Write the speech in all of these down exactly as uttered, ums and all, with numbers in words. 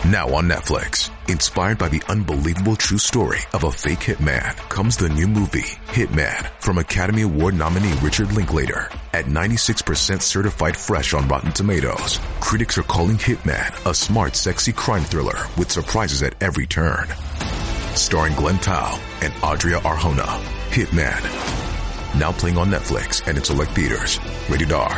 Now on Netflix, inspired by the unbelievable true story of a fake hitman, comes the new movie, Hitman, from Academy Award nominee Richard Linklater. At ninety-six percent certified fresh on Rotten Tomatoes, critics are calling Hitman a smart, sexy crime thriller with surprises at every turn. Starring Glenn Powell and Adria Arjona, Hitman. Now playing on Netflix and in select theaters. Rated R.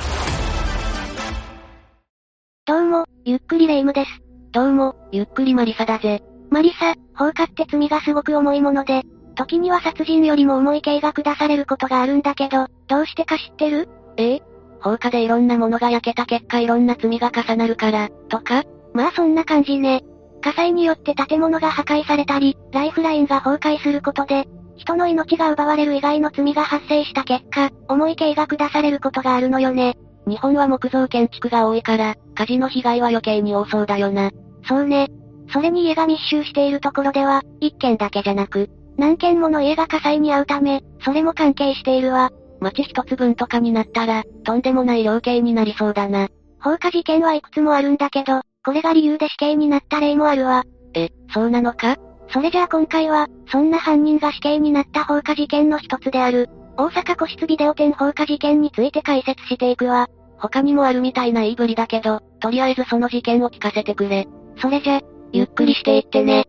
どうも、ゆっくりレ夢ムです。 どうも、ゆっくりマリサだぜ。 マリサ、放火って罪がすごく重いもので、時には殺人よりも重い刑が下されることがあるんだけど、どうしてか知ってる？ ええ？放火でいろんなものが焼けた結果いろんな罪が重なるから、とか？ まあそんな感じね。火災によって建物が破壊されたり、ライフラインが崩壊することで、人の命が奪われる以外の罪が発生した結果、重い刑が下されることがあるのよね。 日本は木造建築が多いから、火事の被害は余計に多そうだよな。 そうね。それに家が密集しているところでは、一軒だけじゃなく、何軒もの家が火災に遭うため、それも関係しているわ。 町一つ分とかになったら、とんでもない量刑になりそうだな。 放火事件はいくつもあるんだけど、これが理由で死刑になった例もあるわ。 え、そうなのか？ それじゃあ今回は、そんな犯人が死刑になった放火事件の一つである、大阪個室ビデオ店放火事件について解説していくわ。 他にもあるみたいな言いぶりだけど、とりあえずその事件を聞かせてくれ。 それじゃ、 ゆっくりしていってね。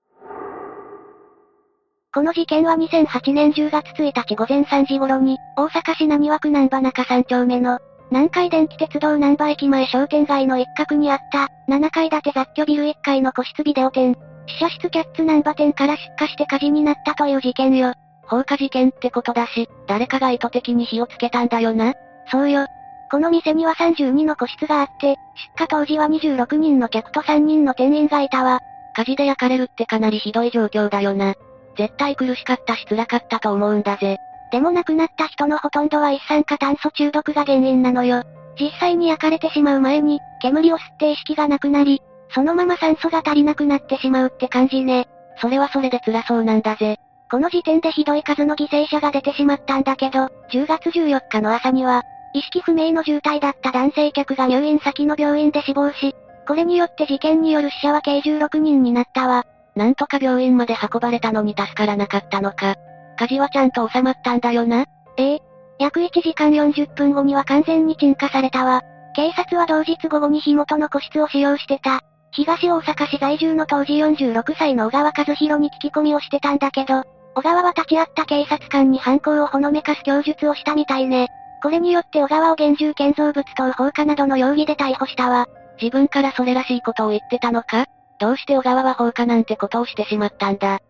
この事件はにせんはちねんじゅうがつついたち午前さんじ頃に、大阪市浪速区難波中さん丁目の、南海電気鉄道難波駅前商店街の一角にあった、ななかい建て雑居ビルいっかいの個室ビデオ店、試写室キャッツ難波店から出火して火事になったという事件よ。 放火事件ってことだし、誰かが意図的に火をつけたんだよな。 そうよ。この店にはさんじゅうにの個室があって、出火当時はにじゅうろくにんの客とさんにんの店員がいたわ。 火事で焼かれるってかなりひどい状況だよな。絶対苦しかったし辛かったと思うんだぜ。 でも亡くなった人のほとんどは一酸化炭素中毒が原因なのよ。実際に焼かれてしまう前に、煙を吸って意識がなくなり、そのまま酸素が足りなくなってしまうって感じね。 それはそれで辛そうなんだぜ。 この時点でひどい数の犠牲者が出てしまったんだけど、じゅうがつじゅうよっかの朝には、意識不明の重体だった男性客が入院先の病院で死亡し、これによって事件による死者は計じゅうろくにんになったわ。 なんとか病院まで運ばれたのに助からなかったのか。火事はちゃんと収まったんだよな。 ええ。約いちじかんよんじゅっぷんごには完全に鎮火されたわ。警察は同日午後に火元の個室を使用してた、東大阪市在住の当時よんじゅうろくさいの小川和弘に聞き込みをしてたんだけど、小川は立ち会った警察官に犯行をほのめかす供述をしたみたいね。これによって小川を現住建造物等放火などの容疑で逮捕したわ。 自分からそれらしいことを言ってたのか？どうして小川は放火なんてことをしてしまったんだ？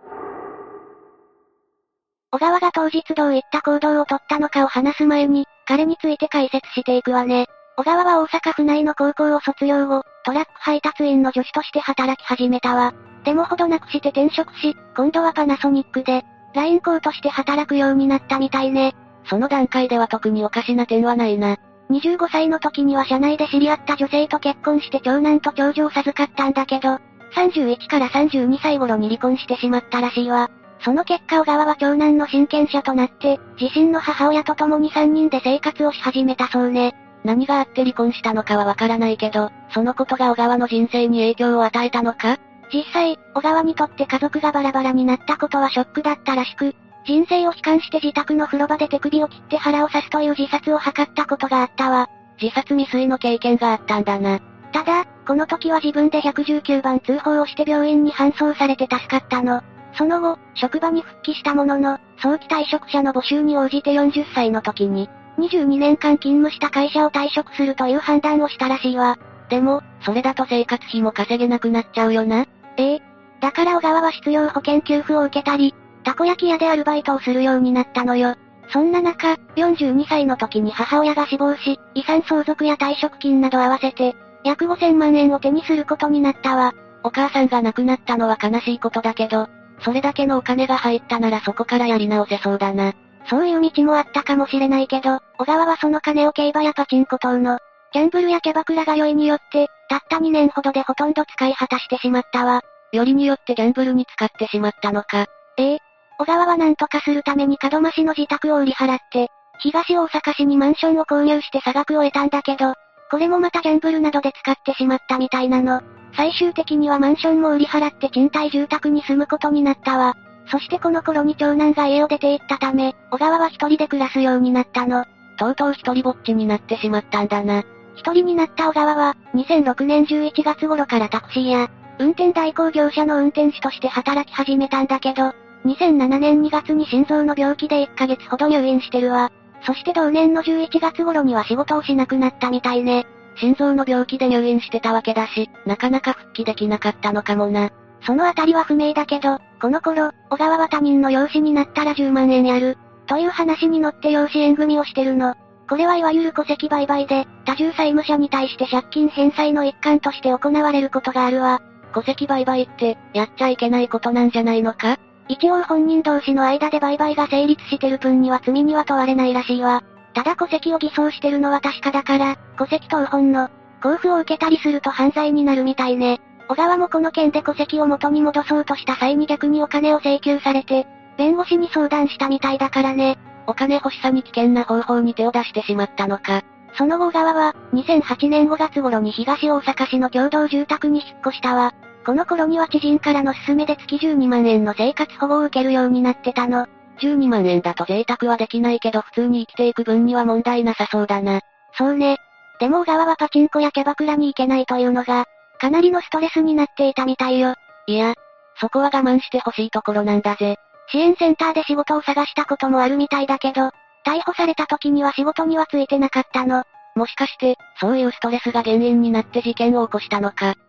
小川が当日どういった行動をとったのかを話す前に、彼について解説していくわね。小川は大阪府内の高校を卒業後、トラック配達員の助手として働き始めたわ。でもほどなくして転職し、今度はパナソニックで、ライン工として働くようになったみたいね。 その段階では特におかしな点はないな。 にじゅうごさいの時には社内で知り合った女性と結婚して長男と長女を授かったんだけど、さんじゅういちからさんじゅうにさい頃に離婚してしまったらしいわ。その結果小川は長男の親権者となって、自身の母親と共にさんにんで生活をし始めたそうね。 何があって離婚したのかはわからないけど、そのことが小川の人生に影響を与えたのか？ 実際、小川にとって家族がバラバラになったことはショックだったらしく、人生を悲観して自宅の風呂場で手首を切って腹を刺すという自殺を図ったことがあったわ。 自殺未遂の経験があったんだな。 ただ、この時は自分でひゃくじゅうきゅうばん通報をして病院に搬送されて助かったの。その後、職場に復帰したものの、早期退職者の募集に応じてよんじゅっさいの時に、にじゅうにねんかん勤務した会社を退職するという判断をしたらしいわ。 でも、それだと生活費も稼げなくなっちゃうよな。 ええ。だから小川は失業保険給付を受けたり、たこ焼き屋でアルバイトをするようになったのよ。そんな中、よんじゅうにさいの時に母親が死亡し、遺産相続や退職金など合わせて、約ごせんまんえんを手にすることになったわ。 お母さんが亡くなったのは悲しいことだけど、それだけのお金が入ったならそこからやり直せそうだな。 そういう道もあったかもしれないけど、小川はその金を競馬やパチンコ等の、ギャンブルやキャバクラ通いによって、たったにねんほどでほとんど使い果たしてしまったわ。 よりによってギャンブルに使ってしまったのか。 ええ。小川は何とかするために門真市の自宅を売り払って、東大阪市にマンションを購入して差額を得たんだけど、これもまたギャンブルなどで使ってしまったみたいなの。 最終的にはマンションも売り払って賃貸住宅に住むことになったわ。そしてこの頃に長男が家を出て行ったため、小川は一人で暮らすようになったの。 とうとう一人ぼっちになってしまったんだな。 一人になった小川は、にせんろくねんじゅういちがつ頃からタクシーや、運転代行業者の運転手として働き始めたんだけど、にせんななねんにがつに心臓の病気でいっかげつほど入院してるわ。そして同年のじゅういちがつ頃には仕事をしなくなったみたいね。 心臓の病気で入院してたわけだし、なかなか復帰できなかったのかもな。 そのあたりは不明だけど、この頃、小川は他人の養子になったらじゅうまんえんやる、という話に乗って養子縁組をしてるの。これはいわゆる戸籍売買で、多重債務者に対して借金返済の一環として行われることがあるわ。 戸籍売買って、やっちゃいけないことなんじゃないのか？ 一応本人同士の間で売買が成立してる分には罪には問われないらしいわ。ただ戸籍を偽装してるのは確かだから、戸籍謄本の交付を受けたりすると犯罪になるみたいね。小川もこの件で戸籍を元に戻そうとした際に逆にお金を請求されて、弁護士に相談したみたいだからね。 お金欲しさに危険な方法に手を出してしまったのか。 その後小川は、にせんはちねんごがつ頃に東大阪市の共同住宅に引っ越したわ。この頃には知人からの勧めで月じゅうにまんえんの生活保護を受けるようになってたの。 じゅうにまんえんだと贅沢はできないけど普通に生きていく分には問題なさそうだな。 そうね。でも小川はパチンコやキャバクラに行けないというのが、かなりのストレスになっていたみたいよ。 いや、そこは我慢してほしいところなんだぜ。 支援センターで仕事を探したこともあるみたいだけど、逮捕された時には仕事にはついてなかったの。 もしかして、そういうストレスが原因になって事件を起こしたのか。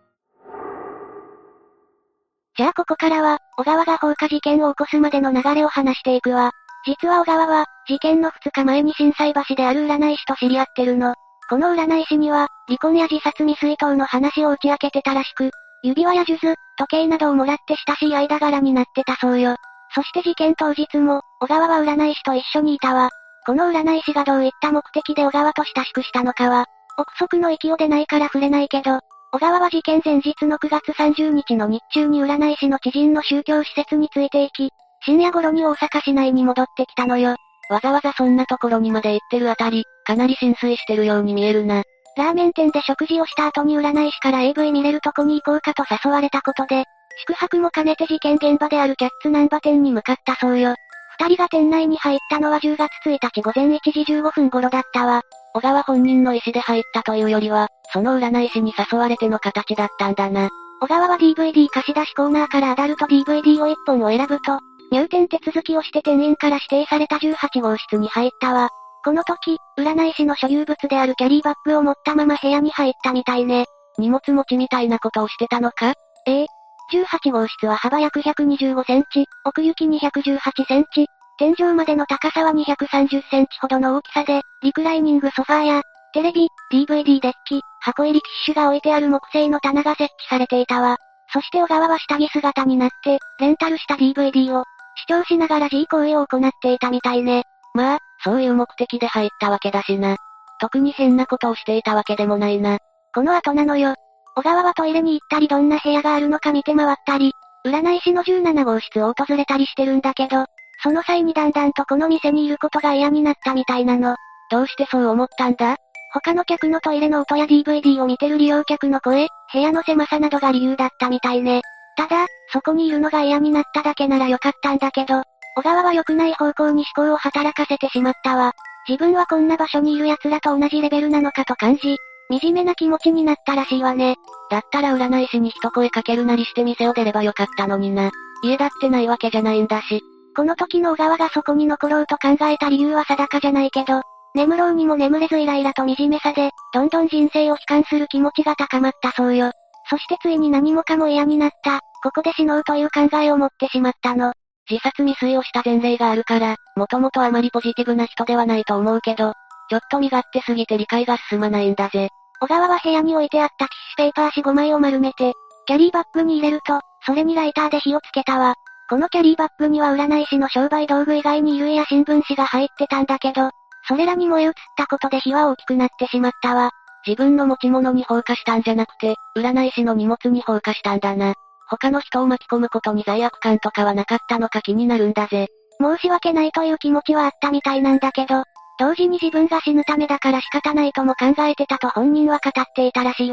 じゃあここからは、小川が放火事件を起こすまでの流れを話していくわ。実は小川は、事件のふつかまえに心斎橋である占い師と知り合ってるの。この占い師には、離婚や自殺未遂等の話を打ち明けてたらしく、指輪や数珠、時計などをもらって親しい間柄になってたそうよ。そして事件当日も、小川は占い師と一緒にいたわ。この占い師がどういった目的で小川と親しくしたのかは、憶測の域を出ないから触れないけど、小川は事件前日のくがつさんじゅうにちの日中に占い師の知人の宗教施設について行き、深夜頃に大阪市内に戻ってきたのよ。 わざわざそんなところにまで行ってるあたり、かなり心酔してるように見えるな。 ラーメン店で食事をした後に占い師から エーブイ 見れるとこに行こうかと誘われたことで、宿泊も兼ねて事件現場であるキャッツナンバ店に向かったそうよ。二人が店内に入ったのはじゅうがつついたち午前いちじじゅうごふん頃だったわ。 小川本人の意思で入ったというよりは、その占い師に誘われての形だったんだな。 小川は ディーブイディー 貸し出しコーナーからアダルト ディーブイディー をいっぽんを選ぶと、入店手続きをして店員から指定されたじゅうはちごうしつに入ったわ。この時、占い師の所有物であるキャリーバッグを持ったまま部屋に入ったみたいね。 荷物持ちみたいなことをしてたのか？ ええ。じゅうはちごうしつは幅約ひゃくにじゅうごセンチ、奥行きにひゃくじゅうはちセンチ、天井までの高さはにひゃくさんじゅっセンチほどの大きさで、リクライニングソファーや、テレビ、ディーブイディー デッキ、箱入り機種が置いてある木製の棚が設置されていたわ。そして小川は下着姿になって、レンタルした ディーブイディー を、視聴しながら G 行為を行っていたみたいね。 まあ、そういう目的で入ったわけだしな。特に変なことをしていたわけでもないな。 この後なのよ。小川はトイレに行ったりどんな部屋があるのか見て回ったり、占い師のじゅうななごうしつを訪れたりしてるんだけど、その際にだんだんとこの店にいることが嫌になったみたいなの。 どうしてそう思ったんだ？ 他の客のトイレの音や ディーブイディー を見てる利用客の声、部屋の狭さなどが理由だったみたいね。ただ、そこにいるのが嫌になっただけならよかったんだけど、小川は良くない方向に思考を働かせてしまったわ。自分はこんな場所にいる奴らと同じレベルなのかと感じ、惨めな気持ちになったらしいわね。 だったら占い師に一声かけるなりして店を出ればよかったのにな。家だってないわけじゃないんだし。 この時の小川がそこに残ろうと考えた理由は定かじゃないけど、眠ろうにも眠れずイライラと惨めさで、どんどん人生を悲観する気持ちが高まったそうよ。そしてついに何もかも嫌になった、ここで死のうという考えを持ってしまったの。 自殺未遂をした前例があるから、もともとあまりポジティブな人ではないと思うけど、ちょっと身勝手すぎて理解が進まないんだぜ。 小川は部屋に置いてあったティッシュペーパー よん、ごまいを丸めて、キャリーバッグに入れると、それにライターで火をつけたわ。このキャリーバッグには占い師の商売道具以外に衣類や新聞紙が入ってたんだけど、それらに燃え移ったことで火は大きくなってしまったわ。 自分の持ち物に放火したんじゃなくて、占い師の荷物に放火したんだな。他の人を巻き込むことに罪悪感とかはなかったのか気になるんだぜ。 申し訳ないという気持ちはあったみたいなんだけど、同時に自分が死ぬためだから仕方ないとも考えてたと本人は語っていたらしいわ。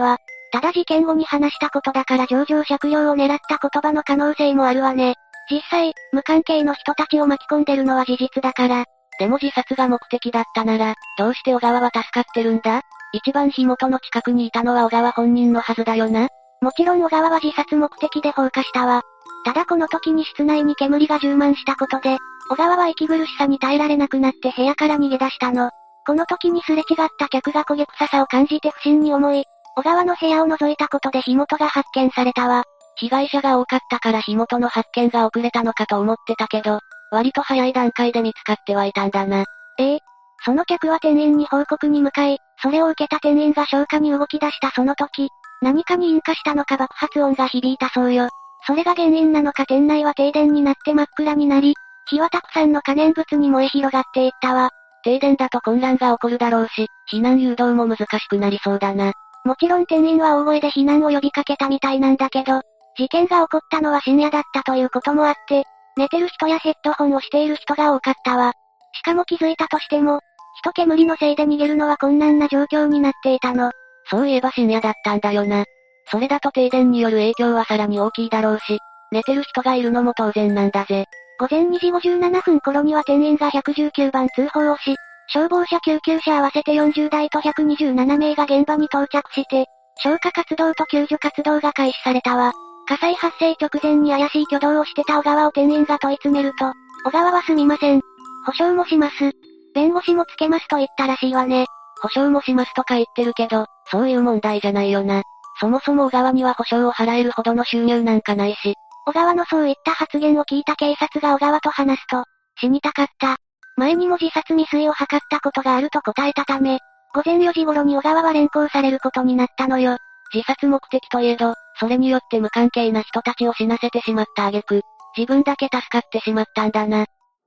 ただ事件後に話したことだから情状酌量を狙った言葉の可能性もあるわね。実際、無関係の人たちを巻き込んでるのは事実だから。 でも自殺が目的だったなら、どうして小川は助かってるんだ？一番火元の近くにいたのは小川本人のはずだよな。 もちろん小川は自殺目的で放火したわ。ただこの時に室内に煙が充満したことで、小川は息苦しさに耐えられなくなって部屋から逃げ出したの。この時にすれ違った客が焦げ臭さを感じて不審に思い、小川の部屋を覗いたことで火元が発見されたわ。 被害者が多かったから火元の発見が遅れたのかと思ってたけど、割と早い段階で見つかってはいたんだな。 ええ。その客は店員に報告に向かい、それを受けた店員が消火に動き出したその時、何かに引火したのか爆発音が響いたそうよ。それが原因なのか店内は停電になって真っ暗になり、火はたくさんの可燃物に燃え広がっていったわ。 停電だと混乱が起こるだろうし、避難誘導も難しくなりそうだな。 もちろん店員は大声で避難を呼びかけたみたいなんだけど、事件が起こったのは深夜だったということもあって、寝てる人やヘッドホンをしている人が多かったわ。しかも気づいたとしても、人煙のせいで逃げるのは困難な状況になっていたの。 そういえば深夜だったんだよな。それだと停電による影響はさらに大きいだろうし、寝てる人がいるのも当然なんだぜ。 ごぜんにじごじゅうななふん頃には店員がひゃくじゅうきゅうばん通報をし、消防車救急車合わせてよんじゅうだいとひゃくにじゅうななめいが現場に到着して、消火活動と救助活動が開始されたわ。火災発生直前に怪しい挙動をしてた小川を店員が問い詰めると、小川はすみません。保証もします。弁護士もつけますと言ったらしいわね。 保証もしますとか言ってるけど、そういう問題じゃないよな。そもそも小川には保証を払えるほどの収入なんかないし。 小川のそういった発言を聞いた警察が小川と話すと、死にたかった。前にも自殺未遂を図ったことがあると答えたため、ごぜんよじ頃に小川は連行されることになったのよ。 自殺目的といえど、それによって無関係な人たちを死なせてしまった挙句、自分だけ助かってしまったんだな。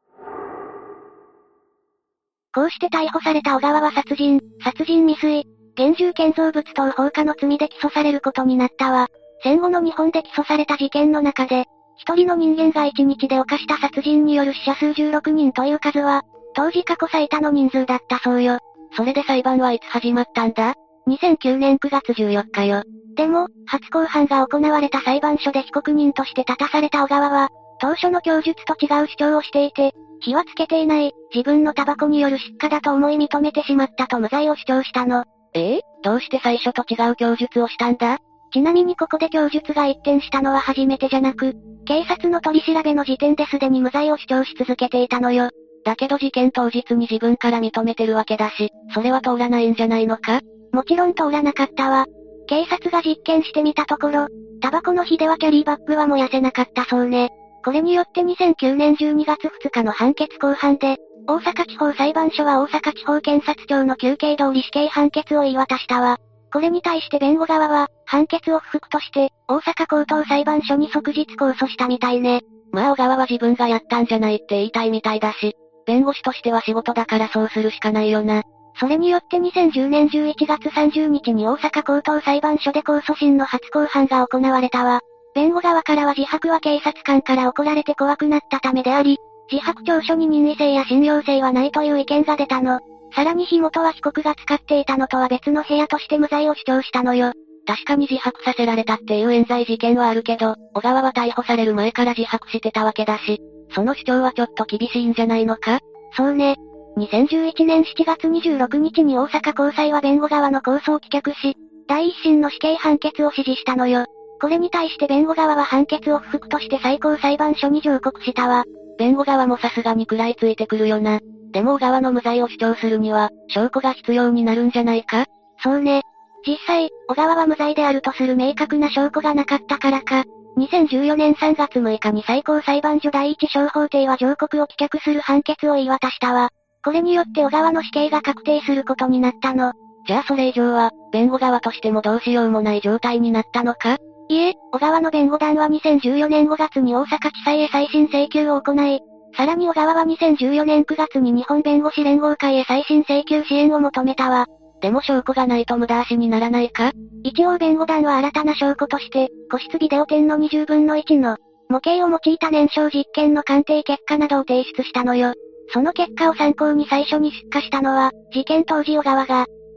こうして逮捕された小川は殺人、殺人未遂、現住建造物等放火の罪で起訴されることになったわ。戦後の日本で起訴された事件の中で、一人の人間が一日で犯した殺人による死者数じゅうろくにんという数は、当時過去最多の人数だったそうよ。 それで裁判はいつ始まったんだ？ にせんきゅうねんくがつじゅうよっかよ。でも、初公判が行われた裁判所で被告人として立たされた小川は、当初の供述と違う主張をしていて、火はつけていない、自分のタバコによる失火だと思い認めてしまったと無罪を主張したの。 ええ？どうして最初と違う供述をしたんだ？ ちなみにここで供述が一転したのは初めてじゃなく、警察の取り調べの時点ですでに無罪を主張し続けていたのよ。 だけど事件当日に自分から認めてるわけだし、それは通らないんじゃないのか？ もちろん通らなかったわ。警察が実験してみたところ、タバコの火ではキャリーバッグは燃やせなかったそうね。これによってにせんきゅうねんじゅうにがつふつかの判決公判で、大阪地方裁判所は大阪地方検察庁の求刑通り死刑判決を言い渡したわ。これに対して弁護側は、判決を不服として、大阪高等裁判所に即日控訴したみたいね。 まあ小川は自分がやったんじゃないって言いたいみたいだし、弁護士としては仕事だからそうするしかないよな。 それによってにせんじゅうねんじゅういちがつさんじゅうにちに大阪高等裁判所で控訴審の初公判が行われたわ。弁護側からは自白は警察官から怒られて怖くなったためであり、自白調書に任意性や信用性はないという意見が出たの。さらに火元は被告が使っていたのとは別の部屋として無罪を主張したのよ。 確かに自白させられたっていう冤罪事件はあるけど、小川は逮捕される前から自白してたわけだし、その主張はちょっと厳しいんじゃないのか？ そうね。にせんじゅういちねんしちがつにじゅうろくにちに大阪高裁は弁護側の控訴を棄却し、第一審の死刑判決を指示したのよ。これに対して弁護側は判決を不服として最高裁判所に上告したわ。 弁護側もさすがに食らいついてくるよな。でも小川の無罪を主張するには、証拠が必要になるんじゃないか？ そうね。実際、小川は無罪であるとする明確な証拠がなかったからか、にせんじゅうよねんさんがつむいかに最高裁判所第一小法廷は上告を棄却する判決を言い渡したわ。これによって小川の死刑が確定することになったの。 じゃあそれ以上は、弁護側としてもどうしようもない状態になったのか？ いえ、小川の弁護団はにせんじゅうよねんごがつに大阪地裁へ再審請求を行い、さらに小川はにせんじゅうよねんくがつに日本弁護士連合会へ再審請求支援を求めたわ。 でも証拠がないと無駄足にならないか？ 一応弁護団は新たな証拠として、個室ビデオ店のにじゅうぶんのいちの模型を用いた燃焼実験の鑑定結果などを提出したのよ。その結果を参考に最初に出火したのは、事件当時小川が、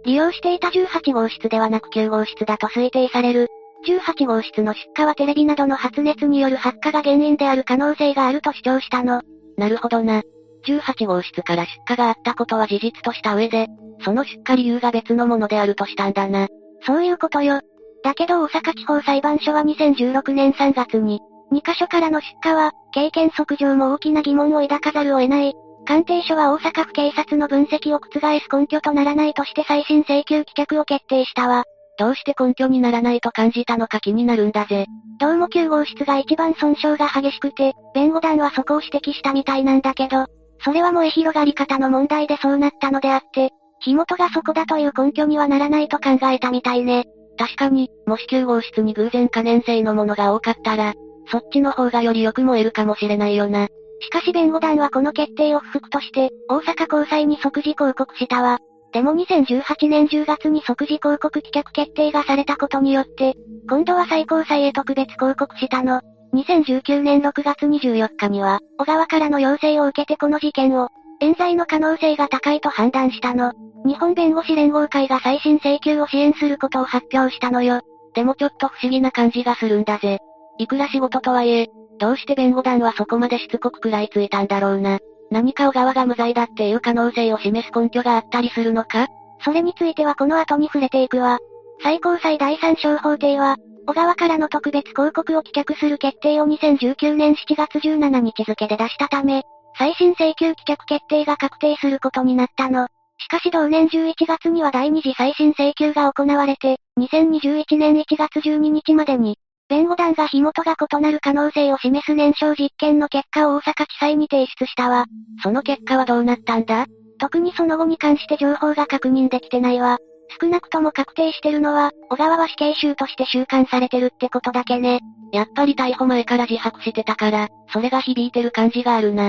利用していたじゅうはち号室ではなくきゅう号室だと推定される。じゅうはち号室の出火はテレビなどの発熱による発火が原因である可能性があると主張したの。 なるほどな。じゅうはち号室から出火があったことは事実とした上で、その出火理由が別のものであるとしたんだな。 そういうことよ。だけど大阪地方裁判所はにせんじゅうろくねんさんがつに、にカ所からの出火は、経験則上も大きな疑問を抱かざるを得ない。鑑定書は大阪府警察の分析を覆す根拠とならないとして再審請求棄却を決定したわ。 どうして根拠にならないと感じたのか気になるんだぜ。 どうもきゅう号室が一番損傷が激しくて、弁護団はそこを指摘したみたいなんだけど、それは燃え広がり方の問題でそうなったのであって、火元がそこだという根拠にはならないと考えたみたいね。 確かに、もしきゅう号室に偶然可燃性のものが多かったら、そっちの方がよりよく燃えるかもしれないよな。 しかし弁護団はこの決定を不服として、大阪高裁に即時抗告したわ。でもにせんじゅうはちねんじゅうがつに即時抗告棄却決定がされたことによって、今度は最高裁へ特別抗告したの。にせんじゅうきゅうねんろくがつにじゅうよっかには、小川からの要請を受けてこの事件を、冤罪の可能性が高いと判断したの。日本弁護士連合会が再審請求を支援することを発表したのよ。 でもちょっと不思議な感じがするんだぜ。いくら仕事とはいえ、どうして弁護団はそこまでしつこく食らいついたんだろうな。何か小川が無罪だっていう可能性を示す根拠があったりするのか？ それについてはこの後に触れていくわ。最高裁第三小法廷は、小川からの特別抗告を棄却する決定をにせんじゅうきゅうねんしちがつじゅうしちにち付で出したため、再審請求棄却決定が確定することになったの。しかし同年じゅういちがつには第二次再審請求が行われて、にせんにじゅういちねんいちがつじゅうににちまでに、弁護団が火元が異なる可能性を示す燃焼実験の結果を大阪地裁に提出したわ。 その結果はどうなったんだ？ 特にその後に関して情報が確認できてないわ。少なくとも確定してるのは、小川は死刑囚として収監されてるってことだけね。 やっぱり逮捕前から自白してたから、それが響いてる感じがあるな。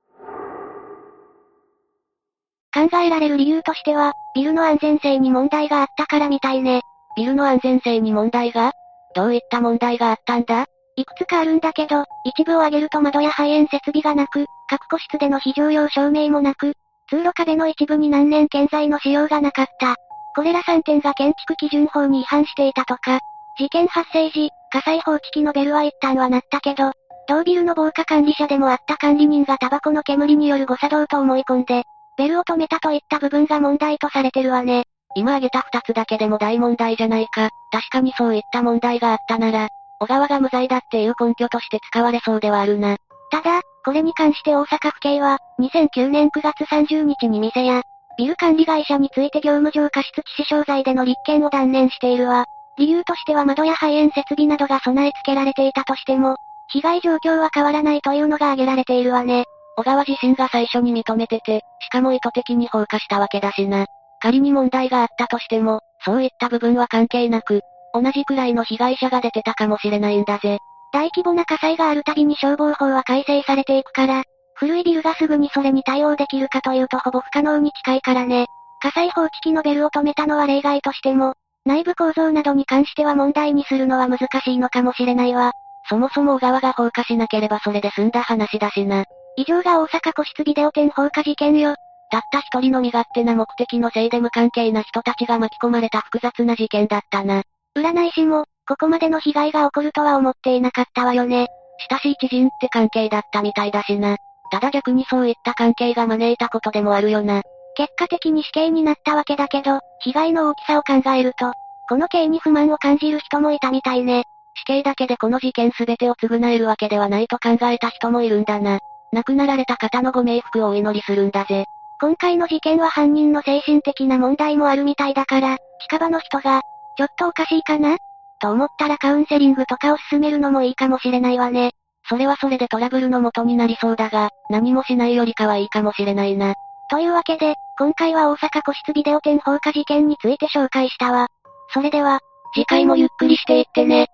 考えられる理由としては、ビルの安全性に問題があったからみたいね。 ビルの安全性に問題が？どういった問題があったんだ？ いくつかあるんだけど、一部を挙げると窓や排煙設備がなく、各個室での非常用照明もなく、通路壁の一部に難燃建材の使用がなかった。これらさんてんが建築基準法に違反していたとか、事件発生時、火災報知器のベルは一旦は鳴ったけど、同ビルの防火管理者でもあった管理人がタバコの煙による誤作動と思い込んで、ベルを止めたといった部分が問題とされてるわね。 今挙げた二つだけでも大問題じゃないか。確かにそういった問題があったなら、小川が無罪だっていう根拠として使われそうではあるな。 ただ、これに関して大阪府警は、にせんきゅうねんくがつさんじゅうにちに店や、ビル管理会社について業務上過失致死傷罪での立件を断念しているわ。理由としては窓や排煙設備などが備え付けられていたとしても、被害状況は変わらないというのが挙げられているわね。 小川自身が最初に認めてて、しかも意図的に放火したわけだしな。仮に問題があったとしても、そういった部分は関係なく、同じくらいの被害者が出てたかもしれないんだぜ。 大規模な火災があるたびに消防法は改正されていくから、古いビルがすぐにそれに対応できるかというとほぼ不可能に近いからね。火災報知器のベルを止めたのは例外としても、内部構造などに関しては問題にするのは難しいのかもしれないわ。 そもそも小川が放火しなければそれで済んだ話だしな。 以上が大阪個室ビデオ店放火事件よ。 たった一人の身勝手な目的のせいで無関係な人たちが巻き込まれた複雑な事件だったな。 占い師も、ここまでの被害が起こるとは思っていなかったわよね。 親しい知人って関係だったみたいだしな。ただ逆にそういった関係が招いたことでもあるよな。 結果的に死刑になったわけだけど、被害の大きさを考えると、この刑に不満を感じる人もいたみたいね。 死刑だけでこの事件すべてを償えるわけではないと考えた人もいるんだな。亡くなられた方のご冥福をお祈りするんだぜ。 今回の事件は犯人の精神的な問題もあるみたいだから、近場の人が、ちょっとおかしいかなと思ったらカウンセリングとかを進めるのもいいかもしれないわね。 それはそれでトラブルの元になりそうだが、何もしないよりかはいいかもしれないな。 というわけで、今回は大阪個室ビデオ店放火事件について紹介したわ。それでは、 次回もゆっくりしていってね。